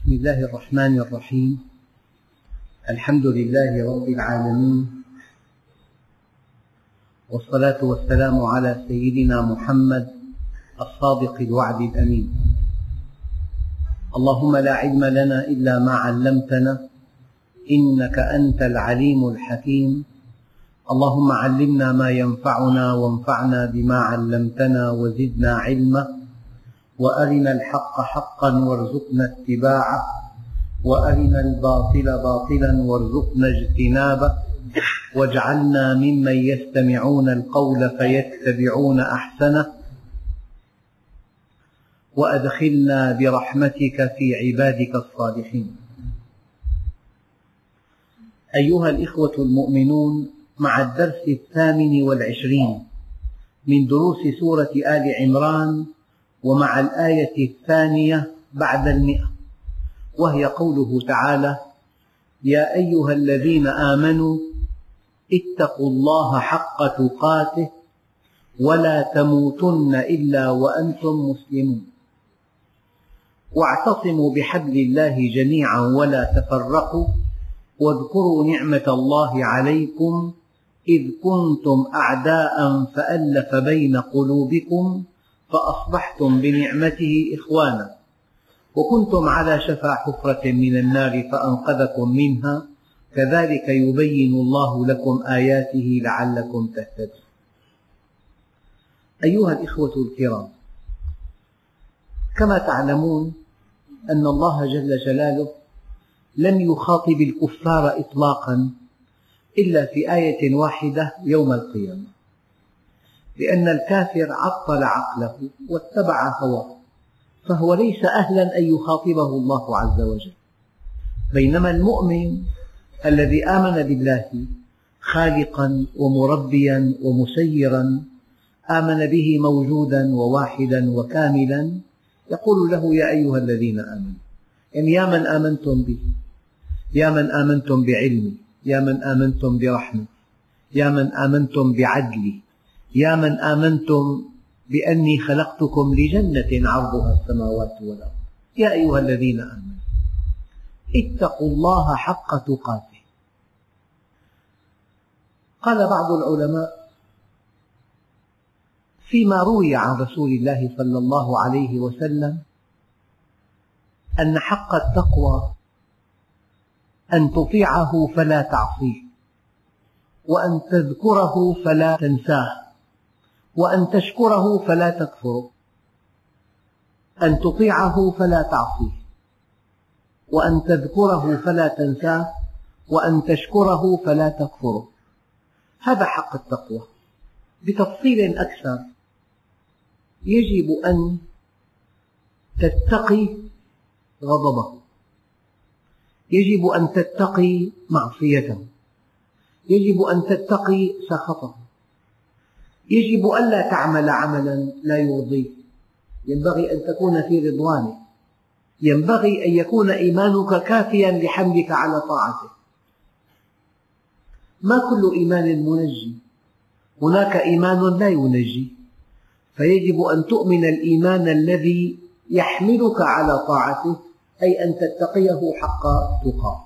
بسم الله الرحمن الرحيم. الحمد لله رب العالمين، والصلاة والسلام على سيدنا محمد الصادق الوعد الأمين. اللهم لا علم لنا إلا ما علمتنا إنك أنت العليم الحكيم. اللهم علمنا ما ينفعنا وانفعنا بما علمتنا وزدنا علما، وأرنا الحق حقا وارزقنا اتباعه، وأرنا الباطل باطلا وارزقنا اجتنابه، واجعلنا ممن يستمعون القول فيتبعون أحسنه، وأدخلنا برحمتك في عبادك الصالحين. أيها الإخوة المؤمنون، مع الدرس 28 من دروس سورة آل عمران، ومع الآية 2 بعد 100، وهي قوله تعالى: يا أيها الذين آمنوا اتقوا الله حق تقاته ولا تموتن إلا وأنتم مسلمون، واعتصموا بحبل الله جميعا ولا تفرقوا، واذكروا نعمة الله عليكم إذ كنتم أعداء فألف بين قلوبكم فأصبحتم بنعمته إخوانا، وكنتم على شفا حفرة من النار فأنقذكم منها، كذلك يبين الله لكم آياته لعلكم تهتدون. أيها الإخوة الكرام، كما تعلمون أن الله جل جلاله لم يخاطب الكفار إطلاقا إلا في آية واحدة يوم القيامة، لأن الكافر عطل عقله واتبع هواه، فهو ليس أهلا أن يخاطبه الله عز وجل، بينما المؤمن الذي آمن بالله خالقا ومربيا ومسيرا، آمن به موجودا وواحدا وكاملا، يقول له: يا أيها الذين آمنوا، يعني يا من آمنتم به، يا من آمنتم بعلمي، يا من آمنتم برحمتي، يا من آمنتم بعدلي، يا من آمنتم بأني خلقتكم لجنة عرضها السماوات والأرض، يا أيها الذين آمنوا اتقوا الله حق تقاته. قال بعض العلماء فيما روي عن رسول الله صلى الله عليه وسلم أن حق التقوى أن تطيعه فلا تعصيه، وأن تذكره فلا تنساه، وأن تشكره فلا تكفره. أن تطيعه فلا تعصيه، وأن تذكره فلا تنساه، وأن تشكره فلا تكفره. هذا حق التقوى. بتفصيل أكثر، يجب أن تتقي غضبه، يجب أن تتقي معصيته، يجب أن تتقي سخطه، يجب ألا تعمل عملا لا يرضيه، ينبغي أن تكون في رضوانه، ينبغي أن يكون إيمانك كافيا لحملك على طاعته. ما كل إيمان منجي، هناك إيمان لا ينجي، فيجب أن تؤمن الإيمان الذي يحملك على طاعته، أي أن تتقيه حق تقاه.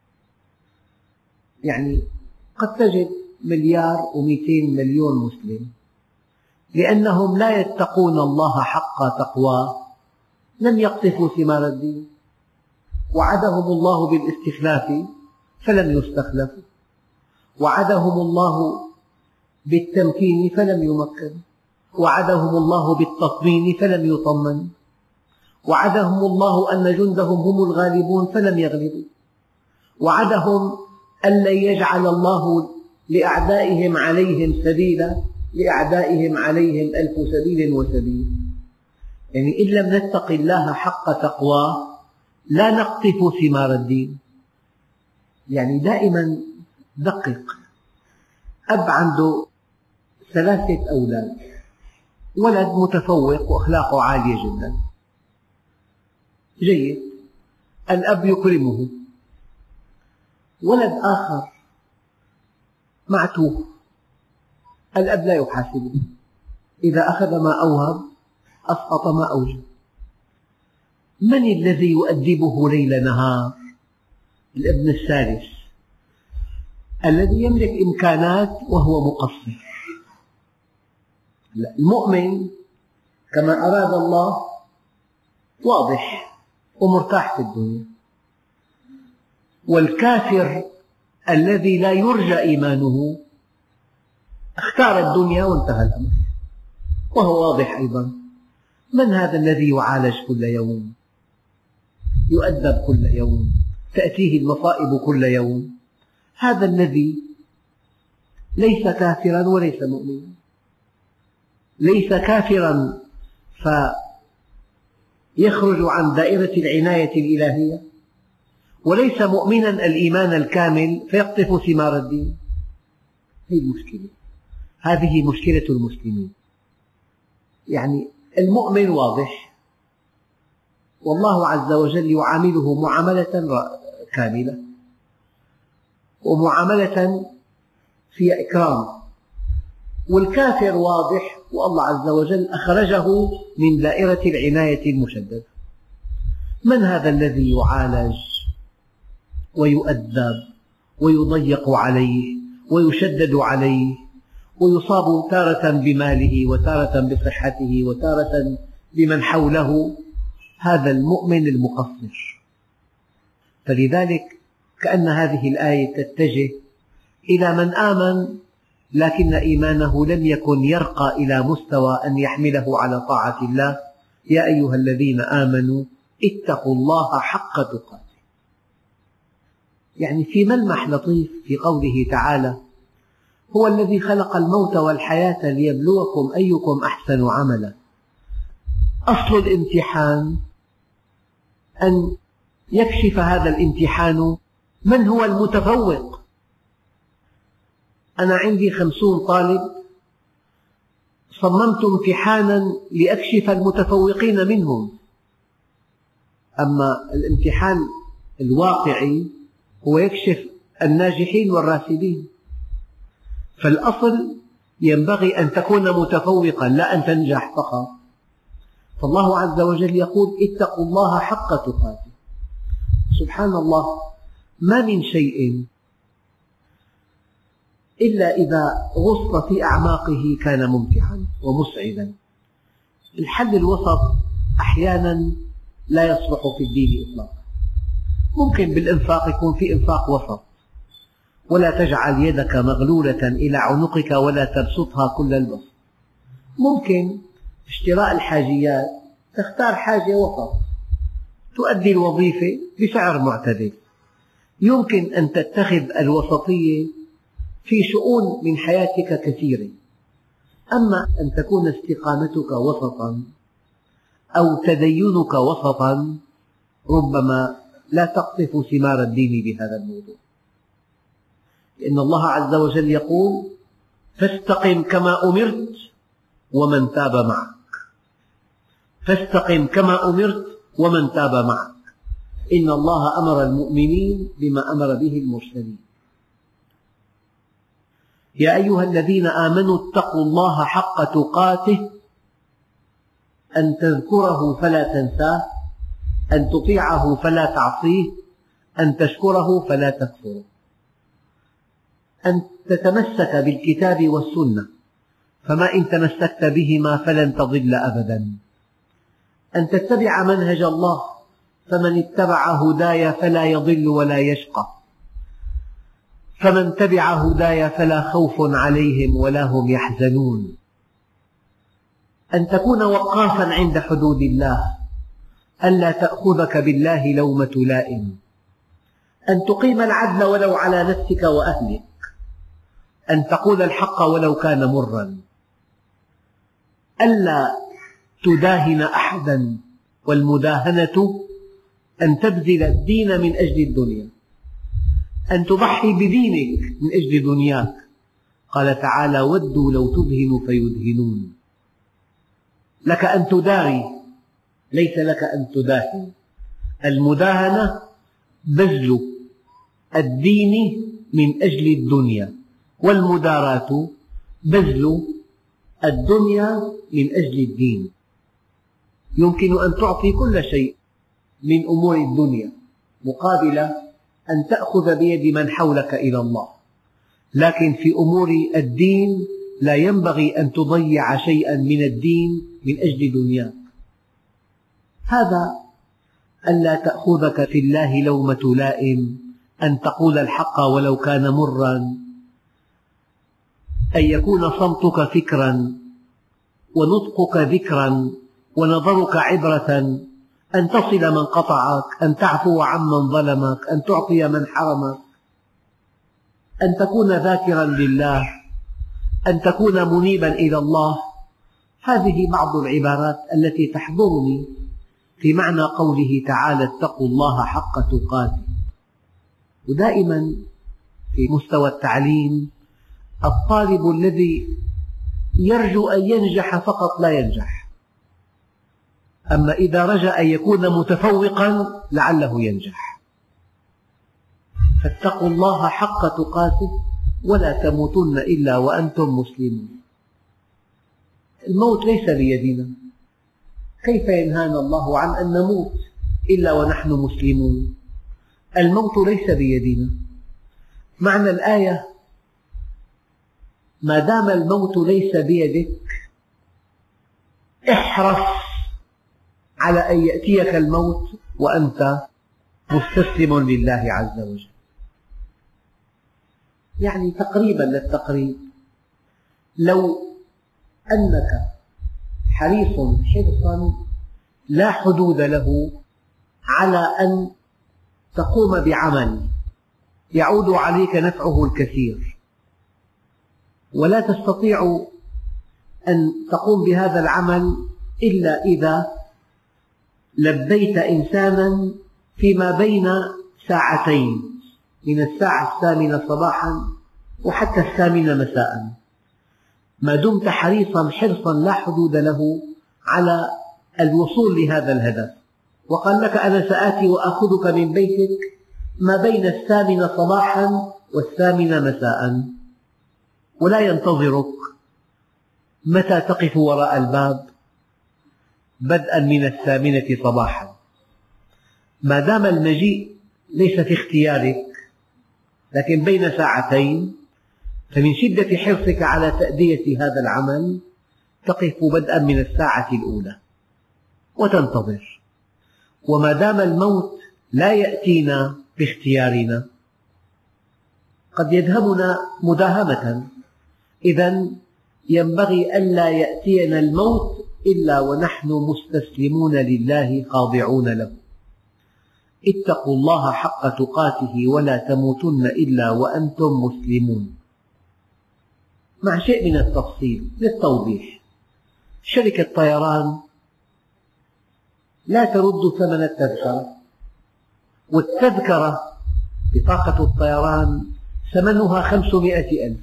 يعني قد تجد 1,200,000,000 مسلم، لأنهم لا يتقون الله حق تقواه لم يقطفوا ثمار الدين، وعدهم الله بالاستخلاف فلم يستخلفوا، وعدهم الله بالتمكين فلم يمكنوا، وعدهم الله بالتطمين فلم يطمنوا، وعدهم الله أن جندهم هم الغالبون فلم يغلبوا، وعدهم أن لن يجعل الله لأعدائهم عليهم سبيلا، لأعدائهم عليهم 1000 سبيل وسبيل. يعني إن لم نتق الله حق تقواه لا نقطف ثمار الدين. يعني دائما دقق. أب عنده 3 أولاد، ولد متفوق وأخلاقه عالية جدا، جيد، الأب يكرمه. ولد آخر معتوه، الأب لا يحاسبه، إذا أخذ ما أوهب أسقط ما أوجب. من الذي يؤدبه ليل نهار؟ الابن الثالث الذي يملك إمكانات وهو مقصر. المؤمن كما أراد الله واضح ومرتاح في الدنيا، والكافر الذي لا يرجى إيمانه اختار الدنيا وانتهى الأمر، وهو واضح أيضا. من هذا الذي يعالج كل يوم، يؤدب كل يوم، تأتيه المصائب كل يوم؟ هذا الذي ليس كافرا وليس مؤمنا، ليس كافرا فيخرج عن دائرة العناية الإلهية، وليس مؤمنا الإيمان الكامل فيقطف ثمار الدين. هذه المشكلة، هذه مشكلة المسلمين. يعني المؤمن واضح، والله عز وجل يعامله معاملة كاملة ومعاملة فيها إكرام، والكافر واضح والله عز وجل أخرجه من دائرة العناية المشددة. من هذا الذي يعالج ويؤدب ويضيق عليه ويشدد عليه ويصاب تارة بماله وتارة بصحته وتارة بمن حوله؟ هذا المؤمن المقصر. فلذلك كأن هذه الآية تتجه إلى من آمن لكن إيمانه لم يكن يرقى إلى مستوى أن يحمله على طاعة الله. يا أيها الذين آمنوا اتقوا الله حق تقاته. يعني في ملمح لطيف في قوله تعالى: هو الذي خلق الموت والحياة ليبلوكم أيكم أحسن عملا. أصل الامتحان أن يكشف هذا الامتحان من هو المتفوق. أنا عندي 50 طالب، صممت امتحانا لأكشف المتفوقين منهم، أما الامتحان الواقعي هو يكشف الناجحين والراسبين. فالأصل ينبغي أن تكون متفوقا لا أن تنجح فقط. فالله عز وجل يقول: اتقوا الله حق تقاته. سبحان الله، ما من شيء إلا إذا غص في أعماقه كان ممتعا ومسعدا. الحل الوسط أحيانا لا يصلح في الدين إطلاقا. ممكن بالإنفاق يكون في إنفاق وسط، ولا تجعل يدك مغلولة إلى عنقك ولا تبسطها كل البسط. ممكن اشتراء الحاجيات تختار حاجة وسط تؤدي الوظيفة بسعر معتدل. يمكن أن تتخذ الوسطية في شؤون من حياتك كثيرة. أما أن تكون استقامتك وسطا أو تدينك وسطا ربما لا تقطف ثمار الدين بهذا الموضوع، لأن الله عز وجل يقول: فاستقم كما أمرت ومن تاب معك. فاستقم كما أمرت ومن تاب معك. إن الله أمر المؤمنين بما أمر به المرسلين. يا أيها الذين آمنوا اتقوا الله حق تقاته، أن تذكره فلا تنساه، أن تطيعه فلا تعصيه، أن تشكره فلا تكفره، أن تتمسك بالكتاب والسنة، فما إن تمسكت بهما فلن تضل أبدا، أن تتبع منهج الله، فمن اتبع هداي فلا يضل ولا يشقى، فمن تبع هداي فلا خوف عليهم ولا هم يحزنون، أن تكون وقافا عند حدود الله، ألا تأخذك بالله لومة لائم، أن تقيم العدل ولو على نفسك وأهلك، أن تقول الحق ولو كان مرا، ألا تداهن أحدا، والمداهنة أن تبذل الدين من أجل الدنيا، أن تضحي بدينك من أجل دنياك. قال تعالى: ودوا لو تدهن فيدهنون. لك أن تداري، ليس لك أن تداهن. المداهنة بذل الدين من أجل الدنيا، والمداراة بذل الدنيا من أجل الدين. يمكن أن تعطي كل شيء من أمور الدنيا مقابل أن تأخذ بيد من حولك إلى الله، لكن في أمور الدين لا ينبغي أن تضيع شيئا من الدين من أجل دنياك. هذا ألا تأخذك في الله لومة لائم، أن تقول الحق ولو كان مرا، أن يكون صمتك فكرا ونطقك ذكرا ونظرك عبرة، أن تصل من قطعك، أن تعفو عمن ظلمك، أن تعطي من حرمك، أن تكون ذاكرا لله، أن تكون منيبا إلى الله. هذه بعض العبارات التي تحضرني في معنى قوله تعالى: اتقوا الله حق تقاته. ودائما في مستوى التعليم الطالب الذي يرجو أن ينجح فقط لا ينجح، أما إذا رجا أن يكون متفوقا لعله ينجح. فاتقوا الله حق تقاته ولا تموتن إلا وأنتم مسلمون. الموت ليس بيدنا، كيف ينهانا الله عن أن نموت إلا ونحن مسلمون؟ الموت ليس بيدنا. معنى الآية: ما دام الموت ليس بيدك احرص على أن يأتيك الموت وأنت مستسلم لله عز وجل. يعني تقريبا للتقريب، لو أنك حريص حرصا لا حدود له على أن تقوم بعمل يعود عليك نفعه الكثير، ولا تستطيع أن تقوم بهذا العمل إلا إذا لبيت إنسانا فيما بين ساعتين، من الساعة 8 صباحا وحتى 8 مساء، ما دمت حريصا حرصا لا حدود له على الوصول لهذا الهدف، وقال لك: أنا سآتي وأخذك من بيتك ما بين 8 صباحا و8 مساء، ولا ينتظرك متى تقف وراء الباب بدءا من 8 صباحا. ما دام المجيء ليس في اختيارك لكن بين ساعتين، فمن شدة حرصك على تأدية هذا العمل تقف بدءا من الساعة الأولى وتنتظر. وما دام الموت لا يأتينا باختيارنا، قد يدهمنا مداهمة، إذن ينبغي ألا يأتينا الموت إلا ونحن مستسلمون لله خاضعون له. اتقوا الله حق تقاته ولا تموتن إلا وأنتم مسلمون. مع شيء من التفصيل للتوضيح: شركة طيران لا ترد ثمن التذكرة، والتذكرة بطاقة الطيران ثمنها 500,000،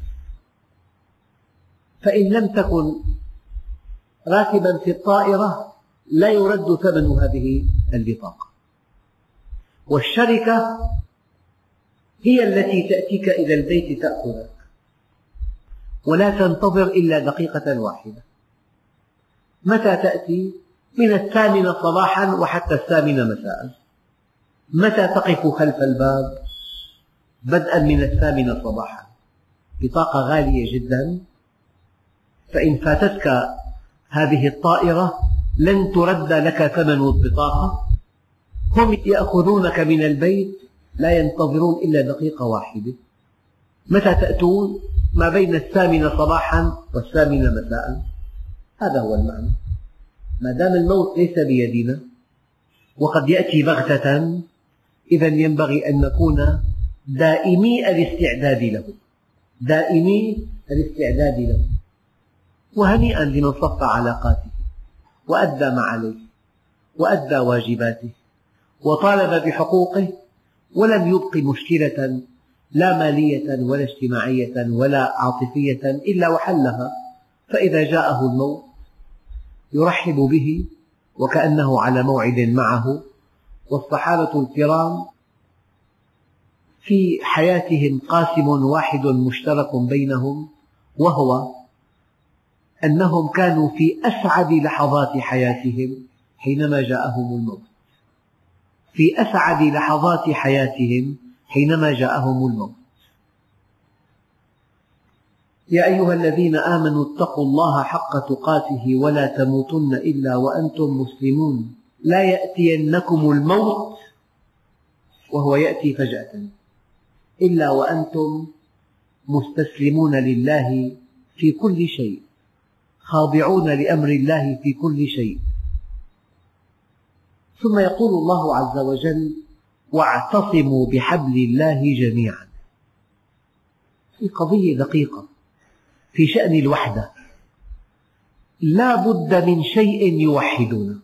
فإن لم تكن راكبا في الطائرة لا يرد ثمن هذه البطاقة. والشركة هي التي تأتيك إلى البيت تأخذك، ولا تنتظر إلا دقيقة واحدة. متى تأتي؟ من 8 صباحا وحتى 8 مساء. متى تقف خلف الباب؟ بدءا من 8 صباحا. بطاقة غالية جدا، فإن فاتتك هذه الطائرة لن ترد لك ثمن البطاقة. هم يأخذونك من البيت لا ينتظرون إلا دقيقة واحدة. متى تأتون؟ ما بين 8 صباحا و8 مساء. هذا هو المعنى. ما دام الموت ليس بيدنا وقد يأتي بغتة، إذن ينبغي أن نكون دائمي الاستعداد له، دائمي الاستعداد له. وهنيئا لمن صف علاقاته وأدى ما عليه وأدى واجباته وطالب بحقوقه ولم يبق مشكلة لا مالية ولا اجتماعية ولا عاطفية إلا وحلها. فإذا جاءه الموت يرحب به وكأنه على موعد معه. والصحابة الكرام في حياتهم قاسم واحد مشترك بينهم، وهو أنهم كانوا في أسعد لحظات حياتهم حينما جاءهم الموت. في أسعد لحظات حياتهم حينما جاءهم الموت. يا أيها الذين آمنوا اتقوا الله حق تقاته ولا تموتن إلا وأنتم مسلمون. لا يأتينكم الموت وهو يأتي فجأة إلا وأنتم مستسلمون لله في كل شيء، خاضعون لأمر الله في كل شيء. ثم يقول الله عز وجل: واعتصموا بحبل الله جميعا. في قضية دقيقة في شأن الوحدة، لا بد من شيء يوحدنا.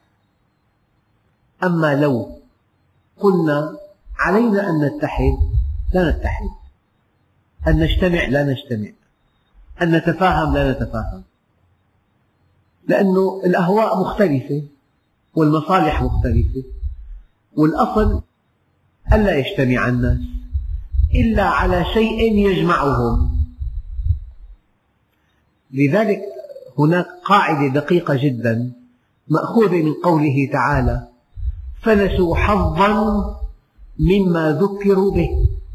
أما لو قلنا علينا أن نتحد لا نتحد، أن نجتمع لا نجتمع، أن نتفاهم لا نتفاهم، لأن الأهواء مختلفة والمصالح مختلفة، والأصل ألا يجتمع الناس إلا على شيء يجمعهم. لذلك هناك قاعدة دقيقة جدا مأخوذة من قوله تعالى: فنسوا حظا مما ذكروا به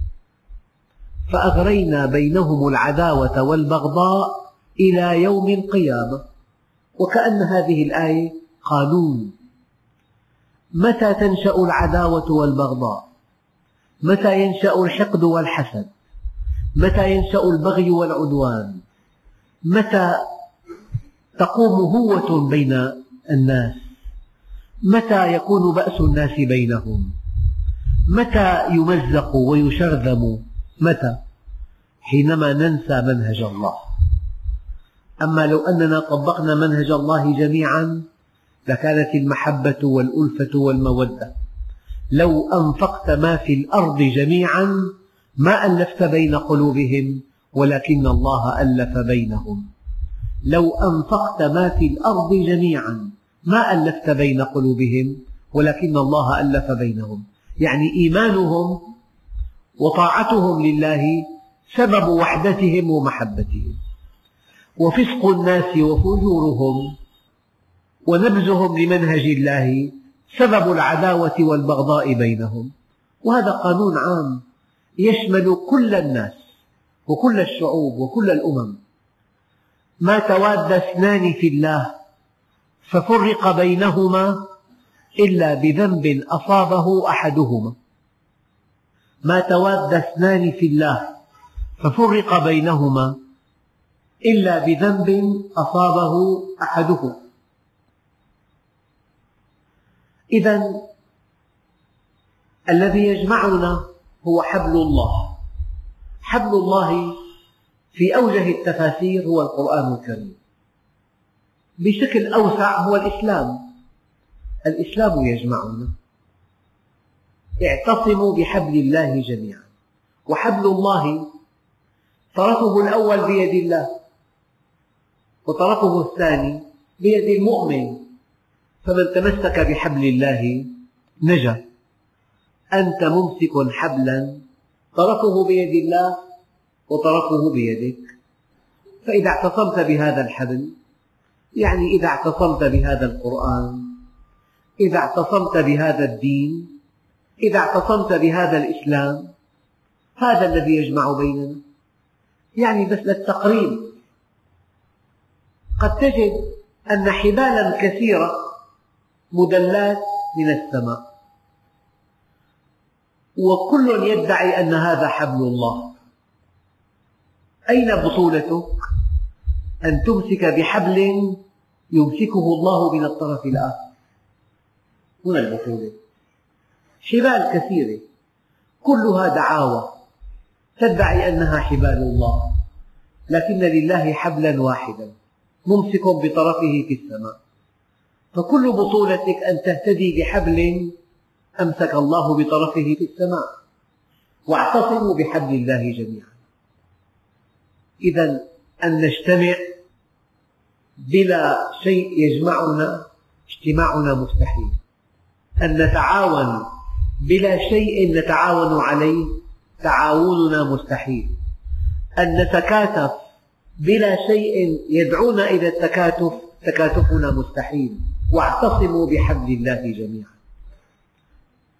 فأغرينا بينهم العداوة والبغضاء إلى يوم القيامة. وكأن هذه الآية قانون. متى تنشأ العداوة والبغضاء؟ متى ينشأ الحقد والحسد؟ متى ينشأ البغي والعدوان؟ متى تقوم هوة بين الناس؟ متى يكون بأس الناس بينهم؟ متى يمزق ويشرذم؟ متى؟ حينما ننسى منهج الله. أما لو أننا طبقنا منهج الله جميعا لكانت المحبة والألفة والمودة. لو أنفقت ما في الأرض جميعا ما ألفت بين قلوبهم ولكن الله ألف بينهم. لو أنفقت ما في الأرض جميعا ما ألفت بين قلوبهم ولكن الله ألف بينهم. يعني إيمانهم وطاعتهم لله سبب وحدتهم ومحبتهم، وفسق الناس وفجورهم ونبذهم لمنهج الله سبب العداوة والبغضاء بينهم. وهذا قانون عام يشمل كل الناس وكل الشعوب وكل الأمم. ما تواد اثنان في الله ففرق بينهما إلا بذنب أصابه أحدهما. ما تواد اثنان في الله ففرق بينهما إلا بذنب أصابه أحدهما. إذن الذي يجمعنا هو حبل الله. حبل الله في أوجه التفاسير هو القرآن الكريم، بشكل أوسع هو الإسلام. الإسلام يجمعنا. اعتصموا بحبل الله جميعا. وحبل الله طرفه الأول بيد الله وطرفه الثاني بيد المؤمن، فمن تمسك بحبل الله نجا. أنت ممسك حبلا طرفه بيد الله وطرفه بيدك، فإذا اعتصمت بهذا الحبل يعني إذا اعتصمت بهذا القرآن، إذا اعتصمت بهذا الدين، إذا اعتصمت بهذا الإسلام، هذا الذي يجمع بيننا. يعني بس للتقريب قد تجد أن حبالا كثيرة مدلات من السماء وكل يدعي أن هذا حبل الله. أين بطولتك أن تمسك بحبل يمسكه الله من الطرف الآخر؟ هنا البطولة. حبال كثيرة كلها دعاوى تدعي أنها حبال الله، لكن لله حبلا واحدا ممسك بطرفه في السماء. فكل بطولتك أن تهتدي بحبل أمسك الله بطرفه في السماء. واعتصموا بحبل الله جميعا. إذن أن نجتمع بلا شيء يجمعنا اجتماعنا مستحيل. أن نتعاون بلا شيء نتعاون عليه تعاوننا مستحيل. أن نتكاتف بلا شيء يدعونا إلى التكاتف تكاتفنا مستحيل. واعتصموا بحبل الله جميعا.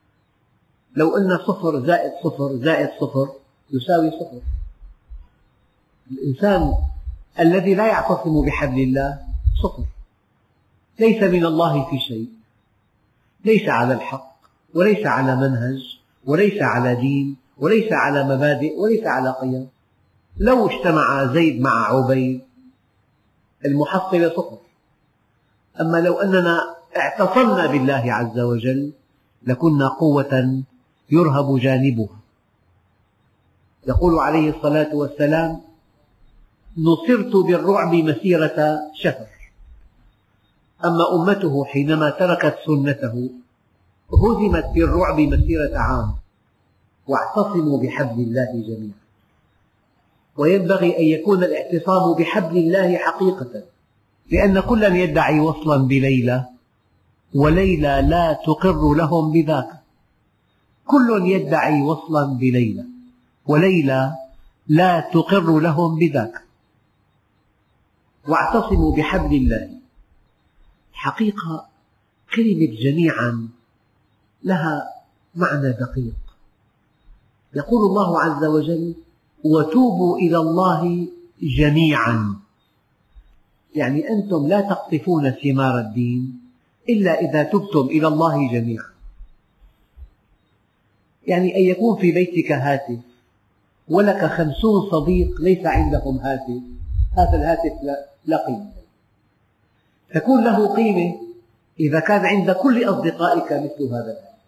لو قلنا 0 زائد 0 زائد 0 يساوي 0. الإنسان الذي لا يعتصم بحبل الله 0، ليس من الله في شيء، ليس على الحق، وليس على منهج، وليس على دين، وليس على مبادئ، وليس على قيم. لو اجتمع زيد مع عبيد المحصلة 0. أما لو أننا اعتصمنا بالله عز وجل لكنا قوة يرهب جانبها. يقول عليه الصلاة والسلام: نصرت بالرعب مسيرة شهر. أما أمته حينما تركت سنته هزمت بالرعب مسيرة عام. واعتصموا بحبل الله جميعا. وينبغي أن يكون الاعتصام بحبل الله حقيقة، لأن كلا يدعي وصلا بليلى وليلى لا تقر لهم بذاك. كل يدعي وصلا بليلى وليلى لا تقر لهم بذاك. واعتصموا بحبل الله. حقيقة كلمة جميعا لها معنى دقيق. يقول الله عز وجل: وتوبوا إلى الله جميعا. يعني أنتم لا تقطفون ثمار الدين إلا إذا تبتم إلى الله جميعا. يعني أن يكون في بيتك هاتف ولك 50 صديق ليس عندهم هاتف، هذا الهاتف لا قيمة. تكون له قيمة إذا كان عند كل أصدقائك مثل هذا الهاتف.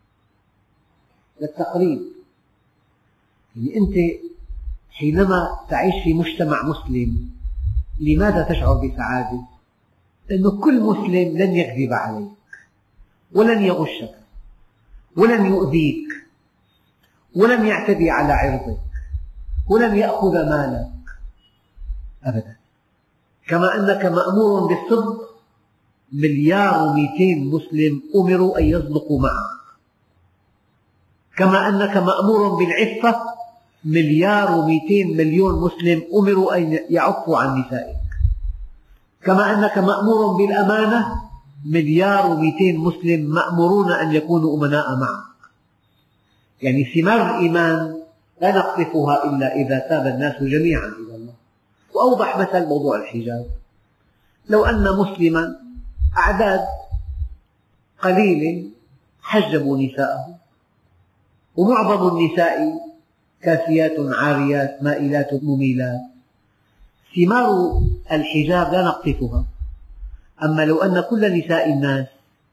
للتقريب، يعني أنت حينما تعيش في مجتمع مسلم لماذا تشعر بسعادة؟ لأن كل مسلم لن يكذب عليك، ولن يغشك، ولن يؤذيك، ولن يعتدي على عرضك، ولن يأخذ مالك أبدا. كما أنك مأمور بالصدق، 1,200,000,000 مسلم أمروا أن يصدقوا معك. كما أنك مأمور بالعفة، 1,200,000,000 مسلم أمروا أن يعفوا عن نسائك. كما أنك مأمور بالأمانة، 1,200,000,000 مسلم مأمورون أن يكونوا أمناء معك. يعني ثمار الإيمان لا نقطفها إلا إذا تاب الناس جميعا إلى الله. وأوضح مثل موضوع الحجاب. لو أن مسلما أعداد قليلة حجبوا نساءه، ومعظم النساء كاسيات عاريات مائلات مميلات، ثمار الحجاب لا نقطفها. أما لو أن كل نساء الناس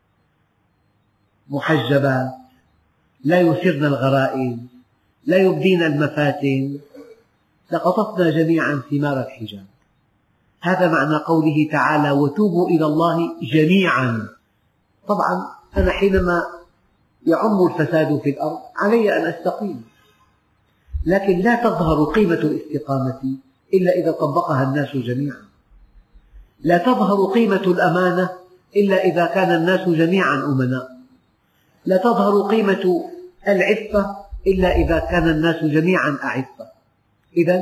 محجبات لا يثرن الغرائز لا يبدين المفاتن لقطفنا جميعا ثمار الحجاب. هذا معنى قوله تعالى: وتوبوا إلى الله جميعا. طبعا أنا حينما يعم الفساد في الأرض علي أن أستقيم، لكن لا تظهر قيمة الاستقامة إلا إذا طبقها الناس جميعا. لا تظهر قيمة الأمانة إلا إذا كان الناس جميعا أمناء. لا تظهر قيمة العفة إلا إذا كان الناس جميعا أعفة. إذن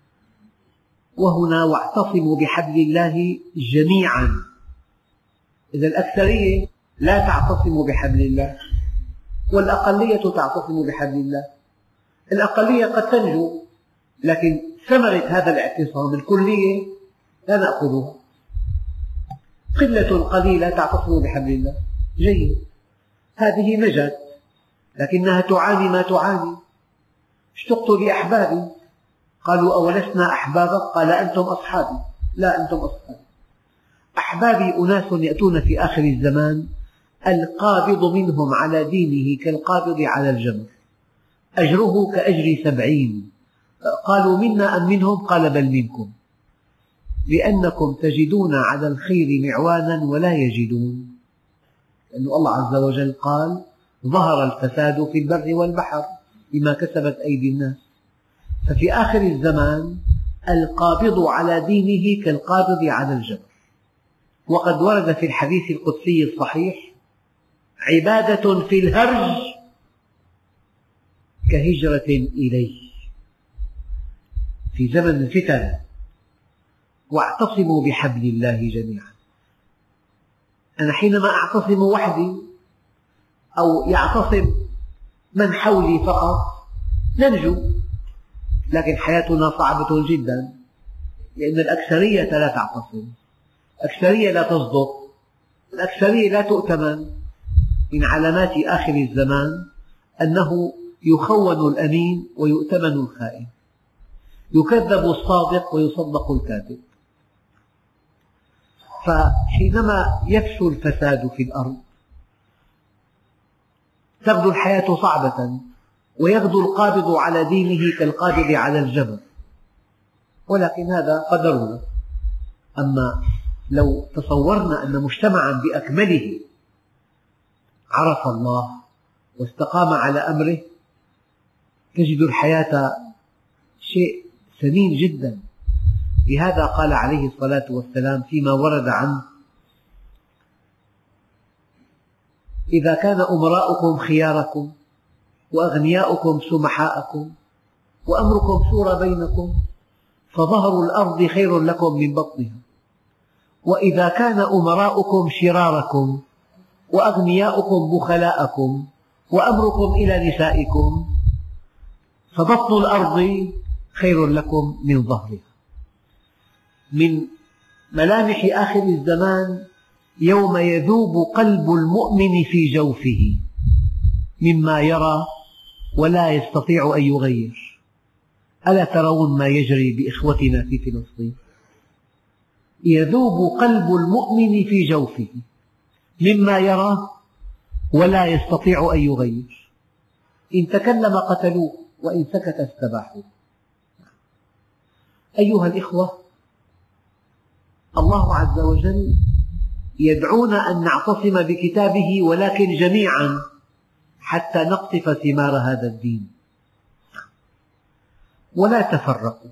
وهنا واعتصموا بحبل الله جميعا. إذا الأكثرية لا تعتصم بحبل الله، والأقلية تعتصم بحبل الله. الأقلية قد تنجو، لكن ثمرة هذا الاعتصام الكلية لا نأخذها. قلة قليلة تعتصم بحبل الله جيد، هذه نجت، لكنها تعاني ما تعاني. اشتقت لأحبابي، قالوا: أولسنا أحبابك؟ قال: أنتم أصحابي. لا، أنتم أصحابي. أحبابي أناس يأتون في آخر الزمان القابض منهم على دينه كالقابض على الجمر، أجره كأجر 70. قالوا: منا أم منهم؟ قال: بل منكم، لأنكم تجدون على الخير معوانا ولا يجدون. لأن الله عز وجل قال: ظهر الفساد في البر والبحر بما كسبت أيدي الناس. ففي آخر الزمان القابض على دينه كالقابض على الجبر. وقد ورد في الحديث القدسي الصحيح: عبادة في الهرج كهجرة إليه. في زمن الفتن واعتصموا بحبل الله جميعا. أنا حينما أعتصم وحدي أو يعتصم من حولي فقط ننجو، لكن حياتنا صعبة جدا، لأن الأكثرية لا تعتصم، الأكثرية لا تصدق، الأكثرية لا تؤتمن. من علامات آخر الزمان أنه يخون الأمين ويؤتمن الخائن، يكذب الصادق ويصدق الكاذب. فحينما يفشو الفساد في الأرض تبدو الحياة صعبة، ويغدو القابض على دينه كالقابض على الجبل، ولكن هذا قدرنا. أما لو تصورنا أن مجتمعا بأكمله عرف الله واستقام على أمره تجد الحياة شيء ثمين جدا. لهذا قال عليه الصلاة والسلام فيما ورد عنه: إذا كان أمراؤكم خياركم وأغنياؤكم سمحاءكم وأمركم شورى بينكم فظهر الأرض خير لكم من بطنها، وإذا كان أمراؤكم شراركم وأغنياؤكم بخلاءكم وأمركم إلى نسائكم فبطن الأرض خير لكم من ظهرها. من ملامح آخر الزمان يوم يذوب قلب المؤمن في جوفه مما يرى ولا يستطيع أن يغير. ألا ترون ما يجري بإخوتنا في فلسطين؟ يذوب قلب المؤمن في جوفه مما يرى ولا يستطيع أن يغير. إن تكلم قتلوه وإن سكت استباحوه. أيها الإخوة، الله عز وجل يدعونا أن نعتصم بكتابه ولكن جميعا حتى نقطف ثمار هذا الدين. ولا تفرقوا.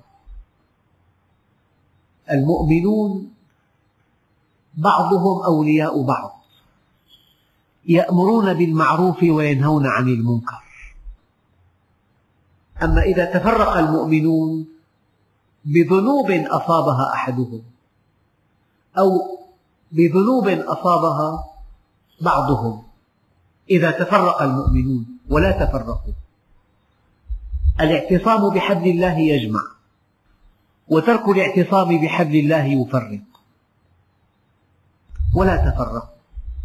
المؤمنون بعضهم أولياء بعض، يأمرون بالمعروف وينهون عن المنكر. أما إذا تفرق المؤمنون بذنوب أصابها أحدهم أو بذنوب أصابها بعضهم، إذا تفرق المؤمنون ولا تفرقوا. الاعتصام بحبل الله يجمع، وترك الاعتصام بحبل الله يفرق. ولا تفرقوا،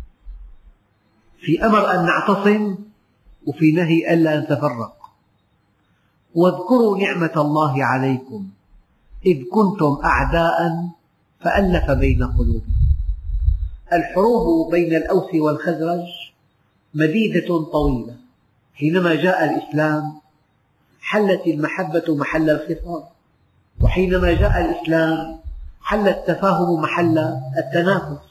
في أمر أن نعتصم وفي نهي ألا نتفرق. واذكروا نعمة الله عليكم إذ كنتم أعداء فألف بين قلوبكم. الحروب بين الأوس والخزرج مديدة طويلة، حينما جاء الإسلام حلت المحبة محل الخصام، وحينما جاء الإسلام حل التفاهم محل التنافس.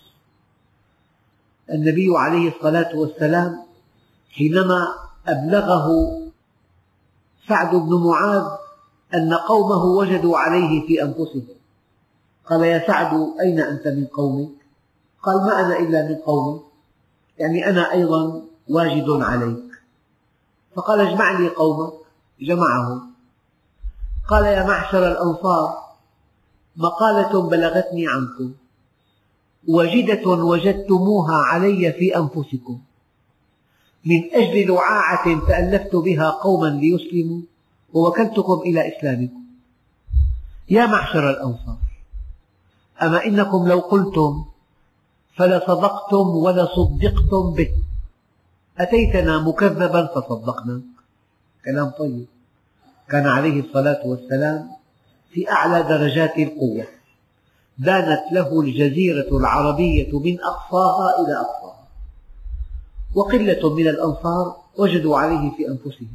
النبي عليه الصلاة والسلام حينما أبلغه سعد بن معاذ أن قومه وجدوا عليه في أنفسهم، قال: يا سعد أين أنت من قومك؟ قال: ما أنا إلا من قومي، يعني أنا أيضا واجد عليك. فقال: اجمع لي قومك. جمعهم. قال: يا معشر الأنصار، مقالة بلغتني عنكم وجدة وجدتموها علي في أنفسكم، من أجل لعاعة تألفت بها قوما ليسلموا ووكلتكم إلى إسلامكم. يا معشر الأنصار، أما إنكم لو قلتم فلصدقتم ولصدقتم به، أتيتنا مكذبا فصدقناك. كلام طيب. كان عليه الصلاة والسلام في أعلى درجات القوة، دانت له الجزيرة العربية من أقصاها إلى أقصاها، وقلة من الأنصار وجدوا عليه في أنفسهم.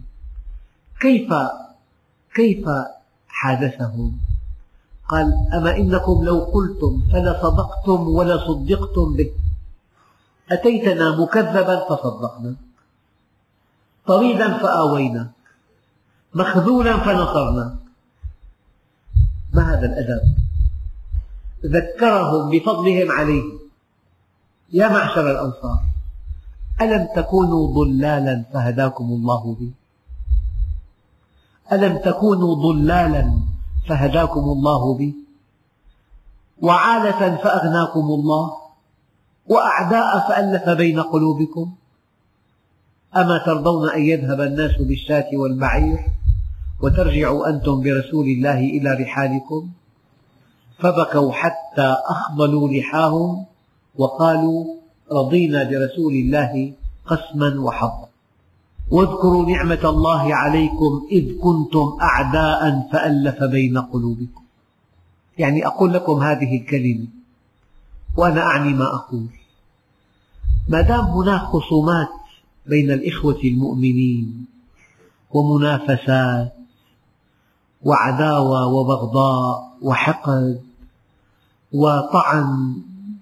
كيف حادثهم؟ قال: أما إنكم لو قلتم فلصدقتم ولصدقتم به، أتيتنا مكذبا فصدقنا، طريدا فآوينا، مخذولا فنصرنا. ما هذا الأدب؟ ذكرهم بفضلهم عليه. يا معشر الأنصار، ألم تكونوا ضلالا فهداكم الله به؟ ألم تكونوا ضلالا فهداكم الله به، وعالة فأغناكم الله، وأعداء فألف بين قلوبكم؟ أما ترضون أن يذهب الناس بالشاة والبعير وترجعوا أنتم برسول الله إلى رحالكم؟ فبكوا حتى أخضلوا لحاهم وقالوا رضينا برسول الله قسما وحظا. واذكروا نعمة الله عليكم إذ كنتم أعداء فألف بين قلوبكم. يعني أقول لكم هذه الكلمة وأنا أعني ما أقول. ما دام هناك خصومات بين الإخوة المؤمنين ومنافسات وعداوة وبغضاء وحقد وطعن،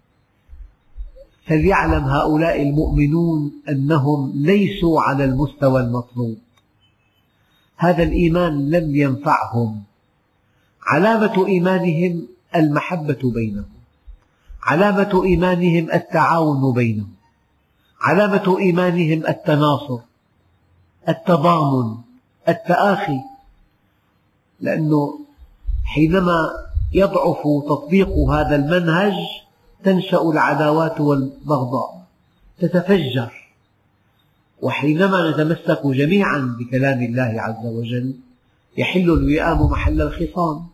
فليعلم هؤلاء المؤمنون أنهم ليسوا على المستوى المطلوب. هذا الإيمان لم ينفعهم. علامة إيمانهم المحبة بينهم، علامة إيمانهم التعاون بينهم، علامة إيمانهم التناصر، التضامن، التآخي. لأنه حينما يضعف تطبيق هذا المنهج تنشأ العداوات والبغضاء، تتفجر. وحينما نتمسك جميعا بكلام الله عز وجل يحل الوئام محل الخصام.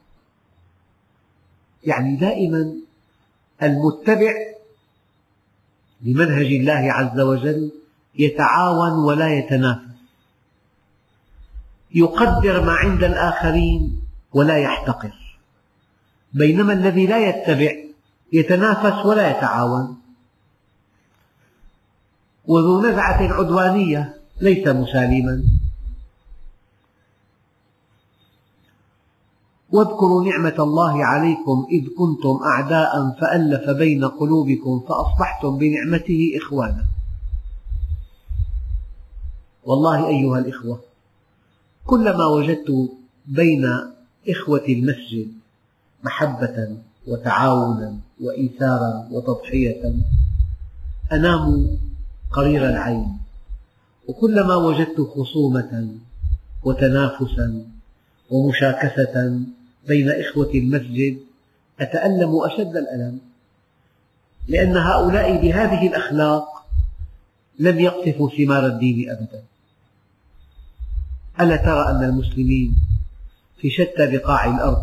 يعني دائما المتبع لمنهج الله عز وجل يتعاون ولا يتنافس، يقدر ما عند الآخرين ولا يحتقر، بينما الذي لا يتبع يتنافس ولا يتعاون. وذو نزعة عدوانية ليس مسالما. واذكروا نعمة الله عليكم إذ كنتم أعداء فألف بين قلوبكم فأصبحتم بنعمته إخوانا. والله أيها الإخوة، كلما وجدت بين إخوة المسجد محبة وتعاونا وإيثارا وتضحية أنام قرير العين، وكلما وجدت خصومة وتنافسا ومشاكسة بين إخوة المسجد أتألم أشد الألم، لأن هؤلاء بهذه الأخلاق لم يقطفوا ثمار الدين أبدا. ألا ترى أن المسلمين في شتى بقاع الأرض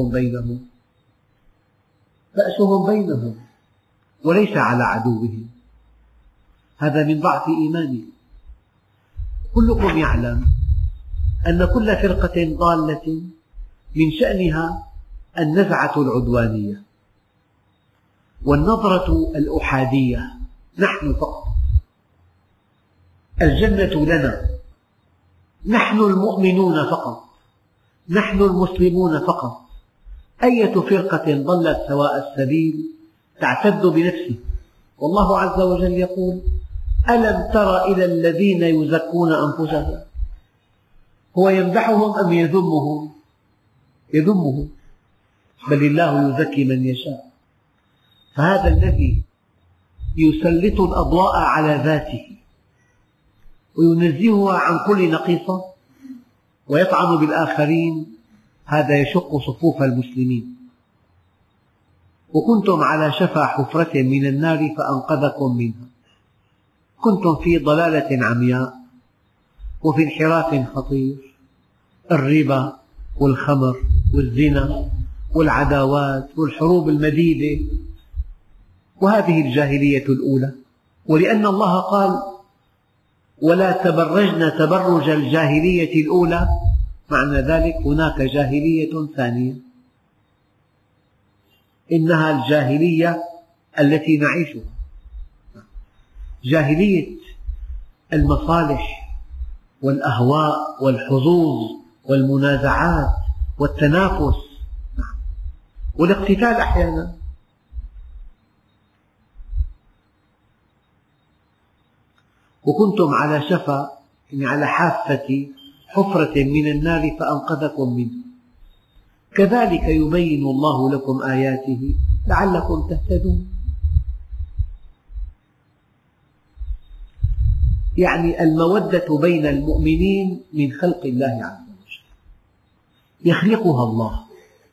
بأسهم بينهم وليس على عدوهم. هذا من ضعف إيمانهم. كلكم يعلم أن كل فرقة ضالة من شأنها النزعة العدوانية والنظرة الأحادية، نحن فقط، الجنة لنا، نحن المؤمنون فقط، نحن المسلمون فقط. أية فرقة ضلت سواء السبيل تعتد بنفسه. والله عز وجل يقول: ألم تر إلى الذين يزكون أنفسهم. هو يمدحهم أم يذمهم؟ يذمهم، بل الله يزكي من يشاء. فهذا الذي يسلط الأضواء على ذاته وينزهها عن كل نقيصة ويطعن بالآخرين، هذا يشق صفوف المسلمين. وكنتم على شفا حفرة من النار فأنقذكم منها. كنتم في ضلالة عمياء وفي انحراف خطير، الربا والخمر والزنا والعداوات والحروب المديدة، وهذه الجاهلية الأولى. ولأن الله قال: ولا تبرجن تبرج الجاهلية الأولى، معنى ذلك هناك جاهلية ثانية، إنها الجاهلية التي نعيشها، جاهلية المصالح والأهواء والحظوظ والمنازعات والتنافس والاقتتال أحيانا. وكنتم على شفا، يعني على حافة حفرة من النار فأنقذكم منها. كذلك يبين الله لكم آياته لعلكم تهتدون. يعني المودة بين المؤمنين من خلق الله عز وجل، يخلقها الله.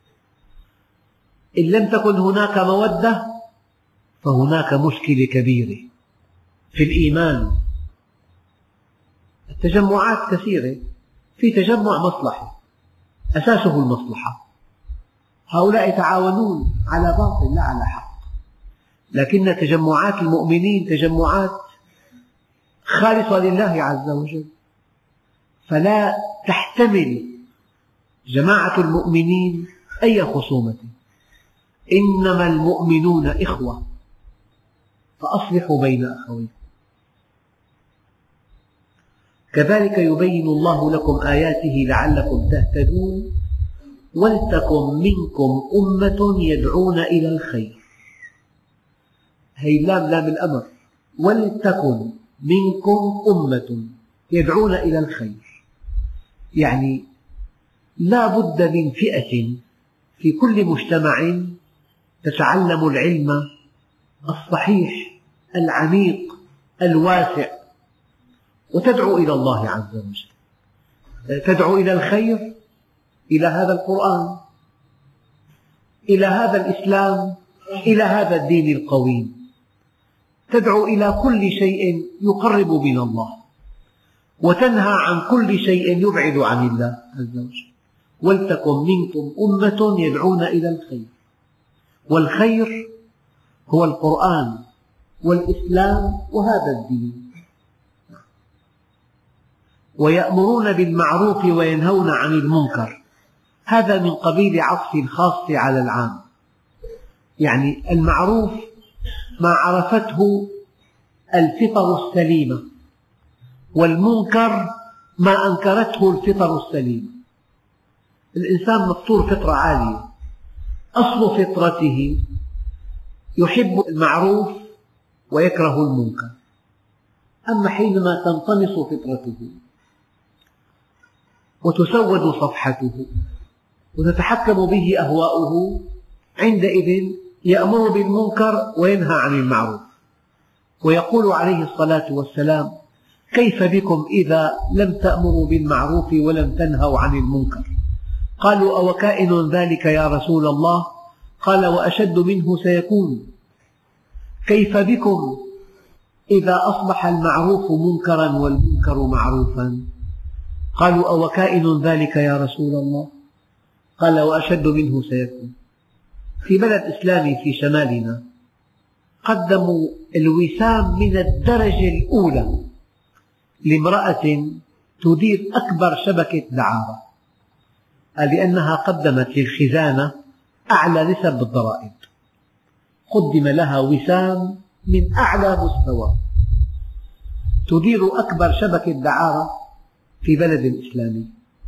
إن لم تكن هناك مودة فهناك مشكلة كبيرة في الإيمان. التجمعات كثيرة، في تجمع مصلحة أساسه المصلحة، هؤلاء يتعاونون على باطل لا على حق، لكن تجمعات المؤمنين تجمعات خالصة لله عز وجل، فلا تحتمل جماعة المؤمنين أي خصومة. إنما المؤمنون إخوة فأصلحوا بين أخويكم. كذلك يبين الله لكم آياته لعلكم تهتدون ولتكن منكم أمة يدعون إلى الخير. هي لام الأمر، ولتكن منكم أمة يدعون إلى الخير، يعني لا بد من فئة في كل مجتمع تتعلم العلم الصحيح العميق الواسع وتدعو إلى الله عز وجل، تدعو إلى الخير، إلى هذا القرآن، إلى هذا الإسلام، إلى هذا الدين القويم، تدعو إلى كل شيء يقرب من الله وتنهى عن كل شيء يبعد عن الله عز وجل. ولتكن منكم أمة يدعون إلى الخير، والخير هو القرآن والإسلام وهذا الدين. ويأمرون بالمعروف وينهون عن المنكر، هذا من قبيل عطف الخاص على العام، يعني المعروف ما عرفته الفطر السليمة، والمنكر ما أنكرته الفطر السليمة. الإنسان مفطور فطرة عالية، أصل فطرته يحب المعروف ويكره المنكر، أما حينما تنطمس فطرته وتسود صفحته وتتحكم به أهواؤه، عندئذ يأمر بالمنكر وينهى عن المعروف. ويقول عليه الصلاة والسلام: كيف بكم إذا لم تأمروا بالمعروف ولم تنهوا عن المنكر؟ قالوا: أوكائن ذلك يا رسول الله؟ قال: وأشد منه سيكون. كيف بكم إذا أصبح المعروف منكرا والمنكر معروفا؟ قالوا: أوكائن ذلك يا رسول الله؟ قال: وأشد منه سيكون. في بلد إسلامي في شمالنا قدموا الوسام من الدرجة الأولى لامرأة تدير أكبر شبكة دعارة، لأنها قدمت للخزانة أعلى نسب الضرائب، قدم لها وسام من أعلى مستوى، تدير أكبر شبكة دعارة في بلد إسلامي.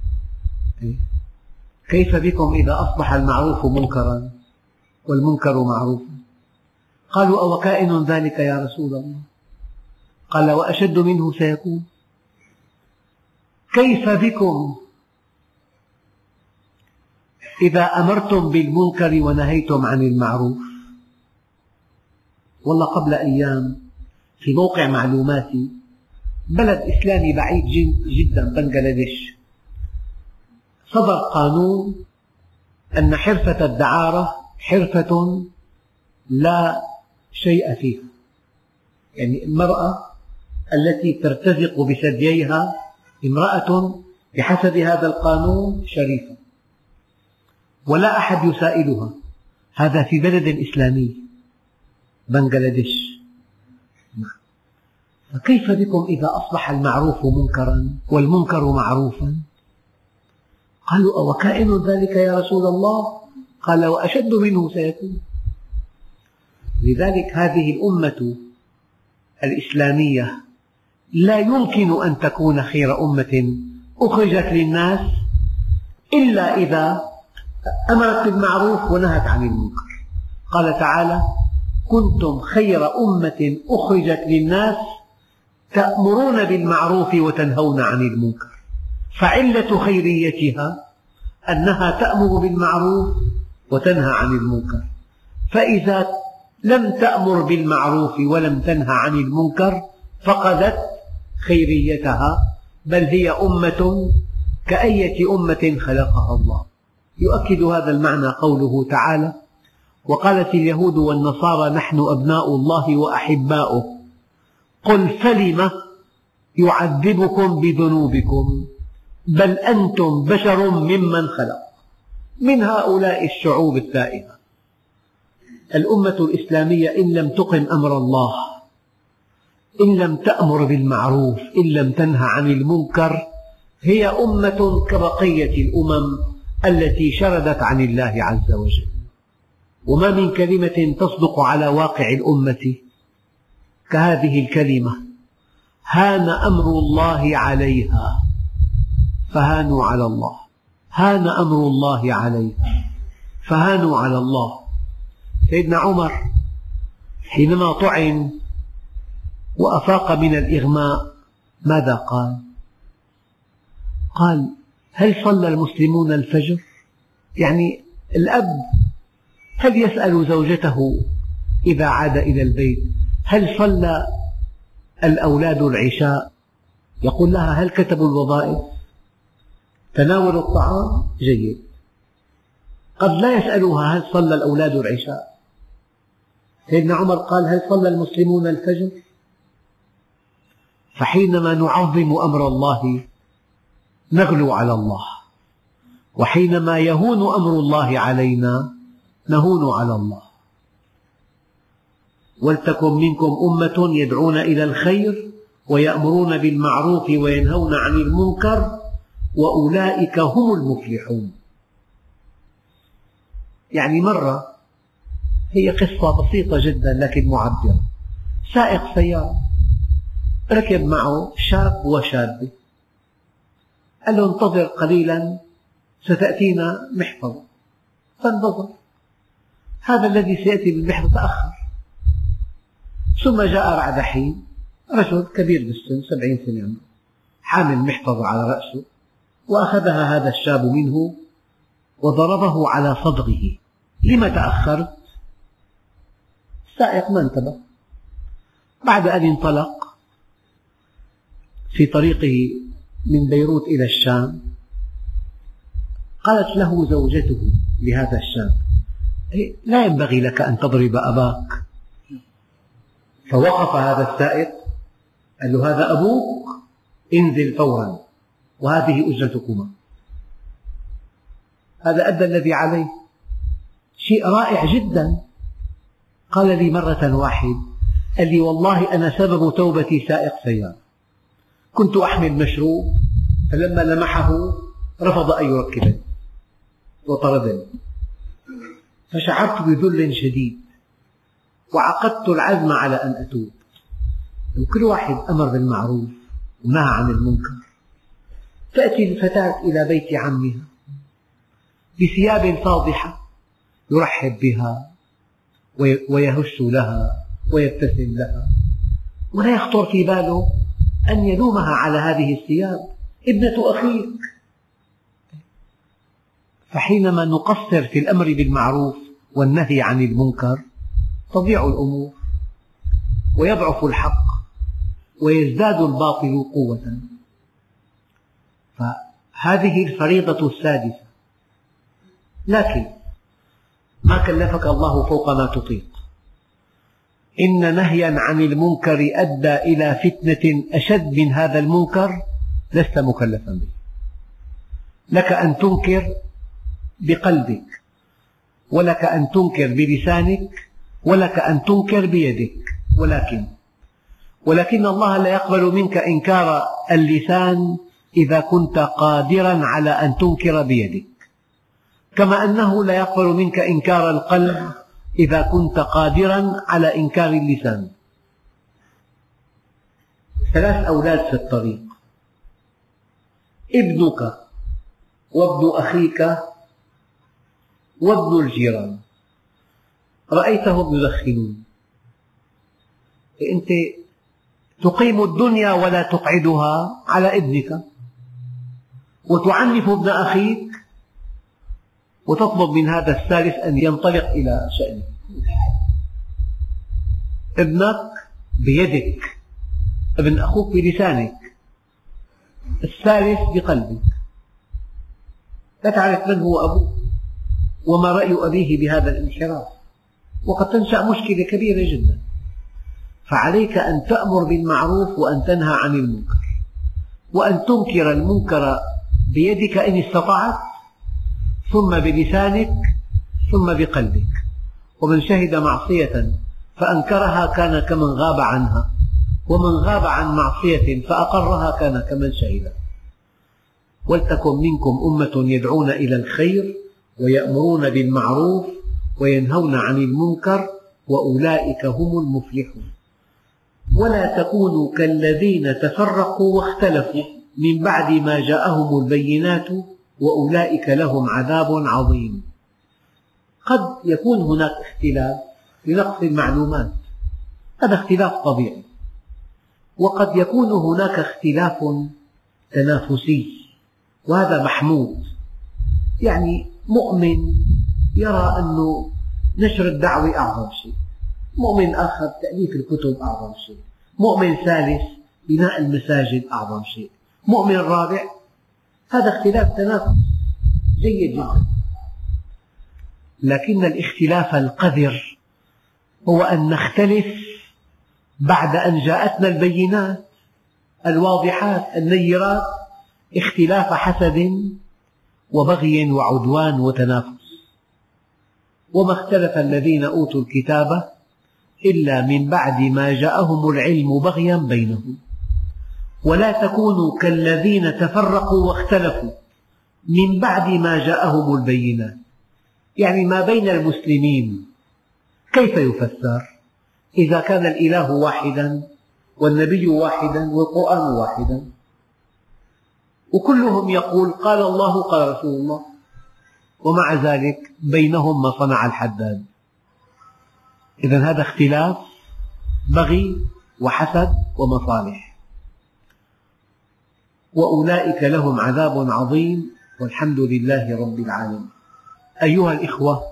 كيف بكم إذا أصبح المعروف منكرا والمنكر معروفا؟ قالوا: أوكائن ذلك يا رسول الله؟ قال: وأشد منه سيكون. كيف بكم إذا أمرتم بالمنكر ونهيتم عن المعروف؟ والله قبل أيام في موقع معلوماتي بلد إسلامي بعيد جدا بنغلاديش صدر قانون أن حرفة الدعارة حرفة لا شيء فيها، يعني المرأة التي ترتزق بثدييها امرأة بحسب هذا القانون شريفة ولا أحد يسائلها. هذا في بلد إسلامي بنغلاديش. فكيف بكم إذا أصبح المعروف منكرا والمنكر معروفا؟ قالوا: أوكائن ذلك يا رسول الله؟ قال: وأشد منه سيكون. لذلك هذه الأمة الإسلامية لا يمكن أن تكون خير أمة أخرجت للناس إلا إذا أمرت بالمعروف ونهت عن المنكر. قال تعالى: كنتم خير أمة أخرجت للناس تأمرون بالمعروف وتنهون عن المنكر. فعلة خيريتها أنها تأمر بالمعروف وتنهى عن المنكر، فإذا لم تأمر بالمعروف ولم تنهى عن المنكر فقدت خيريتها، بل هي أمة كأية أمة خلقها الله. يؤكد هذا المعنى قوله تعالى: وقالت اليهود والنصارى نحن أبناء الله وأحباؤه قل فلم يعذبكم بذنوبكم بل أنتم بشر ممن خلق من هؤلاء الشعوب التائهة. الأمة الإسلامية إن لم تقم أمر الله، إن لم تأمر بالمعروف، إن لم تنهى عن المنكر، هي أمة كبقية الأمم التي شردت عن الله عز وجل. وما من كلمة تصدق على واقع الأمة كهذه الكلمة: هان أمر الله عليها فهانوا على الله، هان أمر الله عليها فهانوا على الله. سيدنا عمر حينما طعن وأفاق من الإغماء ماذا قال؟ قال: هل صلى المسلمون الفجر؟ يعني الأب هل يسأل زوجته إذا عاد إلى البيت هل صلى الأولاد العشاء؟ يقول لها: هل كتبوا الوظائف؟ تناولوا الطعام؟ جيد. قد لا يسألها هل صلى الأولاد العشاء. سيدنا عمر قال: هل صلى المسلمون الفجر؟ فحينما نعظم أمر الله نغلو على الله، وحينما يهون أمر الله علينا نهون على الله. ولتكن منكم أمة يدعون إلى الخير ويأمرون بالمعروف وينهون عن المنكر وأولئك هم المفلحون. يعني مرة، هي قصة بسيطة جدا لكن معبرة. سائق سيارة ركب معه شاب وشابة، قال له: انتظر قليلا ستأتينا محفظة. فانتظر. هذا الذي سيأتي بالمحفظة تأخر، ثم جاء بعد حين رجل كبير بالسن 70 سنة حامل محفظة على رأسه، وأخذها هذا الشاب منه وضربه على صدغه: لم تأخرت؟ السائق ما انتبه. بعد أن انطلق في طريقه من بيروت إلى الشام، قالت له زوجته لهذا الشاب: لا ينبغي لك أن تضرب أباك. فوقف هذا السائق قال له: هذا أبوك، انزل فورا وهذه أجرتكما. هذا أدى الذي عليه. شيء رائع جدا. قال لي مرة واحد، قال لي: والله أنا سبب توبتي سائق سيارة، كنت أحمل مشروب فلما لمحه رفض أن يركبني وطردني، فشعرت بذل شديد وعقدت العزم على أن أتوب. وكل واحد أمر بالمعروف ونهى عن المنكر. تأتي الفتاة إلى بيت عمها بثياب فاضحة، يرحب بها ويهش لها ويبتسم لها، ولا يخطر في باله أن يلومها على هذه الثياب، ابنة أخيك. فحينما نقصر في الأمر بالمعروف والنهي عن المنكر تضيع الأمور ويضعف الحق ويزداد الباطل قوة. فهذه الفريضة السادسة. لكن ما كلفك الله فوق ما تطيق. إن نهيا عن المنكر أدى إلى فتنة أشد من هذا المنكر لست مكلفا به. لك أن تنكر بقلبك، ولك أن تنكر بلسانك، ولك أن تنكر بيدك، ولكن الله لا يقبل منك إنكار اللسان إذا كنت قادرا على أن تنكر بيدك، كما أنه لا يقبل منك إنكار القلب إذا كنت قادرا على إنكار اللسان. 3 أولاد في الطريق: ابنك وابن أخيك وابن الجيران، رأيتهم يدخنون. أنت تقيم الدنيا ولا تقعدها على ابنك، وتعنف ابن أخيك وتطلب من هذا الثالث أن ينطلق إلى شأنه. ابنك بيدك، ابن أخوك بلسانك، الثالث بقلبك. لا تعرف من هو أبوه وما رأي أبيه بهذا الانحراف، وقد تنشأ مشكلة كبيرة جدا. فعليك أن تأمر بالمعروف وأن تنهى عن المنكر. وأن تنكر المنكر بيدك إن استطعت، ثم بلسانك، ثم بقلبك. ومن شهد معصية فأنكرها كان كمن غاب عنها، ومن غاب عن معصية فأقرها كان كمن شهد. ولتكن منكم أمة يدعون إلى الخير ويأمرون بالمعروف وينهون عن المنكر وأولئك هم المفلحون. ولا تكونوا كالذين تفرقوا واختلفوا من بعد ما جاءهم البينات وأولئك لهم عذاب عظيم. قد يكون هناك اختلاف لنقص المعلومات، هذا اختلاف طبيعي، وقد يكون هناك اختلاف تنافسي، وهذا محمود. يعني مؤمن يرى أن نشر الدعوة أعظم شيء، مؤمن آخر تأليف الكتب أعظم شيء، مؤمن ثالث بناء المساجد أعظم شيء، مؤمن رابع. هذا اختلاف تنافس جيد جدا، لكن الاختلاف القذر هو أن نختلف بعد أن جاءتنا البينات الواضحات النيرات، اختلاف حسد وبغي وعدوان وتنافس. وما اختلف الذين أوتوا الكتاب إلا من بعد ما جاءهم العلم بغيا بينهم. ولا تكونوا كالذين تفرقوا واختلفوا من بعد ما جاءهم البينات. يعني ما بين المسلمين كيف يفسر إذا كان الإله واحدا والنبي واحدا والقرآن واحدا، وكلهم يقول قال الله قال رسول الله، ومع ذلك بينهم ما صنع الحداد. إذن هذا اختلاف بغي وحسد ومصالح. وأولئك لهم عذاب عظيم والحمد لله رب العالمين. أيها الإخوة،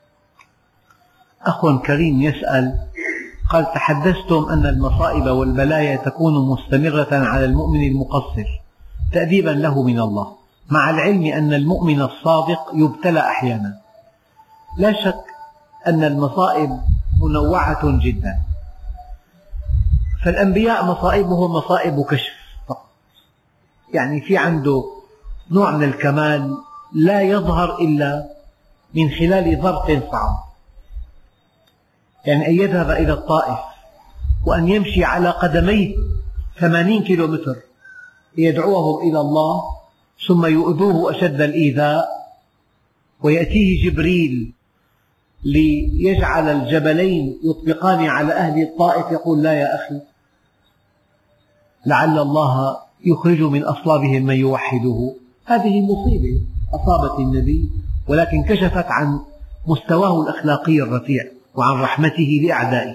أخ كريم يسأل قال: تحدثتم أن المصائب والبلايا تكون مستمرة على المؤمن المقصر تأديبا له من الله، مع العلم أن المؤمن الصادق يبتلى أحيانا. لا شك أن المصائب منوعة جدا، فالأنبياء مصائبهم مصائب كشف فقط، يعني في عنده نوع من الكمال لا يظهر إلا من خلال ضبط صعب. يعني أن يذهب إلى الطائف وأن يمشي على قدميه 80 كيلومتر ليدعوهم إلى الله، ثم يؤذوه أشد الإيذاء، ويأتيه جبريل ليجعل الجبلين يطبقان على أهل الطائف، يقول: لا يا أخي، لعل الله يخرج من أصلابهم من يوحده. هذه مصيبة أصابت النبي، ولكن كشفت عن مستواه الأخلاقي الرفيع وعن رحمته لأعدائه.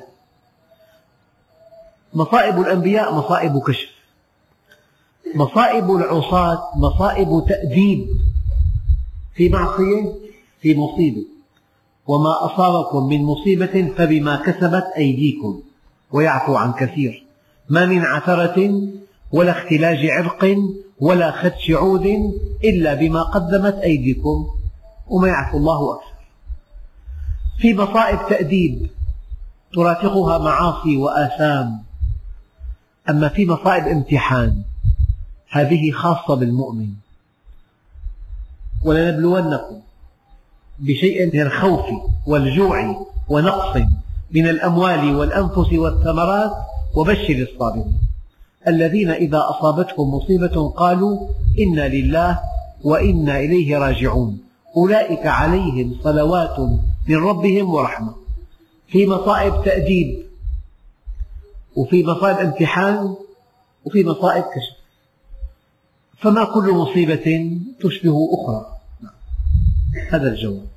مصائب الأنبياء مصائب كشف، مصائب العصاة مصائب تأديب. في معصية في مصيبة، وما أصابكم من مصيبة فبما كسبت أيديكم ويعفو عن كثير. ما من عثرة ولا اختلاج عرق ولا خدش عود إلا بما قدمت أيديكم وما يعفو الله أكثر. في مصائب تأديب ترافقها معاصي وآثام، أما في مصائب امتحان هذه خاصة بالمؤمن. ولنبلونكم بشيء من الخوف والجوع ونقص من الأموال والأنفس والثمرات وبشر الصابرين الذين إذا أصابتهم مصيبة قالوا إنا لله وإنا إليه راجعون أولئك عليهم صلوات من ربهم ورحمة. في مصائب تأديب، وفي مصائب امتحان، وفي مصائب كشف، فما كل مصيبة تشبه أخرى. هذا الجواب.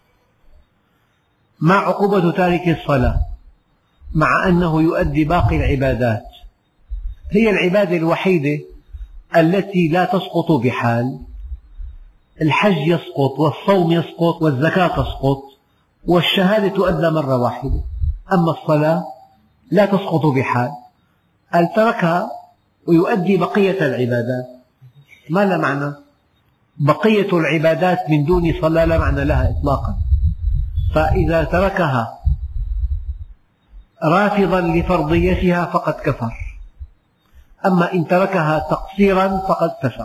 ما عقوبة تارك الصلاة مع أنه يؤدي باقي العبادات؟ هي العبادة الوحيدة التي لا تسقط بحال. الحج يسقط، والصوم يسقط، والزكاة تسقط، والشهادة تؤدى مرة واحدة. أما الصلاة لا تسقط بحال. هل تركها ويؤدي بقية العبادات؟ ما لا معنى. بقية العبادات من دون صلاة لا معنى لها إطلاقا. فإذا تركها رافضا لفرضيتها فقد كفر. أما إن تركها تقصيرا فقد فسق.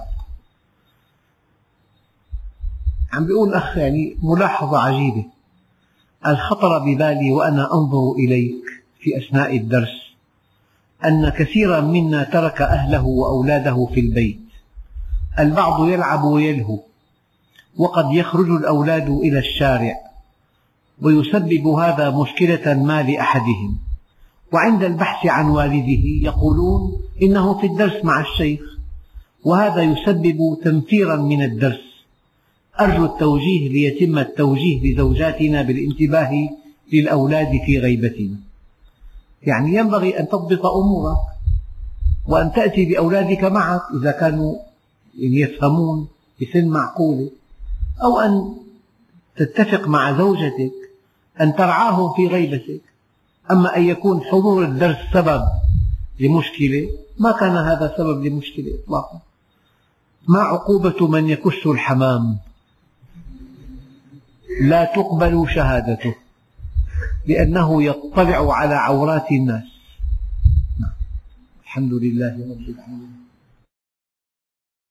عم بيقول أخ يعني ملاحظة عجيبة، الخطر ببالي وأنا أنظر إليك في أثناء الدرس أن كثيرا منا ترك أهله وأولاده في البيت، البعض يلعب ويلهو، وقد يخرج الأولاد إلى الشارع ويسبب هذا مشكلة ما لأحدهم، وعند البحث عن والده يقولون إنه في الدرس مع الشيخ، وهذا يسبب تنفيرا من الدرس. أرجو التوجيه ليتم التوجيه لزوجاتنا بالانتباه للأولاد في غيبتنا. يعني ينبغي أن تضبط أمورك وأن تأتي بأولادك معك إذا كانوا يفهمون بسن معقولة، أو أن تتفق مع زوجتك أن ترعاهم في غيبتك. أما أن يكون حضور الدرس سبب لمشكلة، ما كان هذا سبب لمشكلة إطلاقا. ما عقوبة من يكش الحمام؟ لا تقبل شهادته لأنه يطلع على عورات الناس. الحمد لله رب العالمين.